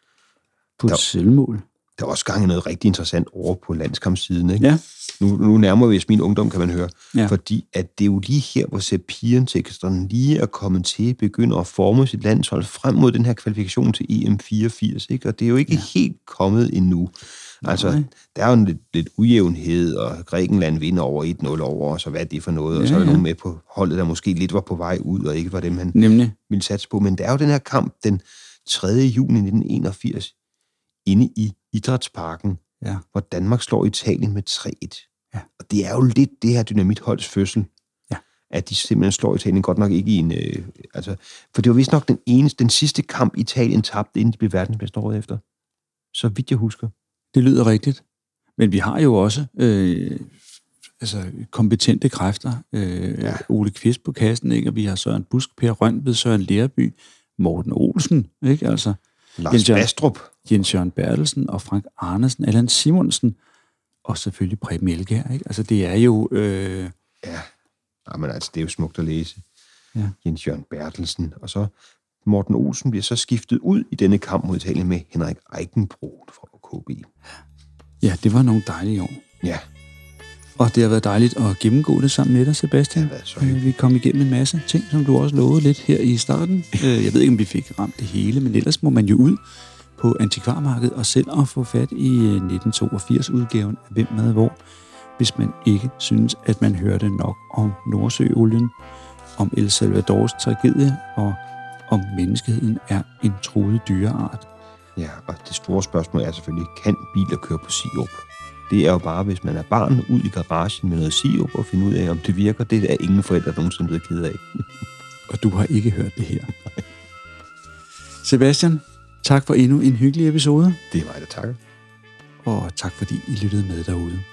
På et selvmål. Der var også gang i noget rigtig interessant over på landskampssiden, ikke? Ja. Nu, nu nærmer vi os min ungdom, kan man høre. Ja. Fordi at det er jo lige her, hvor Sepp Pirenteksteren lige er kommet til, begynder at forme sit landshold frem mod den her kvalifikation til E M fireogfirs, ikke? Og det er jo ikke ja. helt kommet endnu. Altså, Nej. der er jo en lidt, lidt ujævnhed, og Grækenland vinder over et nul over, og så hvad er det for noget? Ja, og så er der ja. nogen med på holdet, der måske lidt var på vej ud, og ikke var dem, han Nemlig. ville satse på. Men der er jo den her kamp den tredje juni nitten enogfirs, inde i Idrætsparken, ja. hvor Danmark slår Italien med tre et. Ja. Og det er jo lidt det her dynamitholds fødsel, ja. at de simpelthen slår Italien godt nok ikke i en... Øh, altså, for det var vist nok den eneste, den sidste kamp, Italien tabte, inden de blev verdensmester året efter. Så vidt jeg husker. Det lyder rigtigt. Men vi har jo også øh, altså, kompetente kræfter. Øh, ja. Ole Kvist på kassen, ikke? Og vi har Søren Busk, Per Røntved, Søren Lerby, Morten Olsen, ikke? Altså, Lars Bastrup. Jens Jørgen Bertelsen og Frank Arnesen, Allan Simonsen, og selvfølgelig Preben Elkjær, ikke? Altså, det er jo... Øh... Ja, ja, men altså, det er jo smukt at læse. Ja. Jens Jørgen Bertelsen, og så Morten Olsen bliver så skiftet ud i denne kamp mod Italien med Henrik Eichenbrod fra K B. Ja, det var nogle dejlige år. Ja. Og det har været dejligt at gennemgå det sammen med dig, Sebastian. Det har været så hyggeligt. Vi kom igennem en masse ting, som du også lovede lidt her i starten. Jeg ved ikke, om vi fik ramt det hele, men ellers må man jo ud på Antikvarmarkedet og selv at få fat i nitten toogfirs-udgaven af Hvem med hvor, hvis man ikke synes, at man hørte nok om Nordsøolien, om El Salvadors tragedie og om menneskeheden er en truet dyreart. Ja, og det store spørgsmål er selvfølgelig, kan biler køre på sirup? Det er jo bare, hvis man er barn, ud i garagen med noget sirup og finde ud af, om det virker. Det er ingen forældre nogensinde blevet ked af. Og du har ikke hørt det her. Sebastian, tak for endnu en hyggelig episode. Det er mig, der takker. Og tak fordi I lyttede med derude.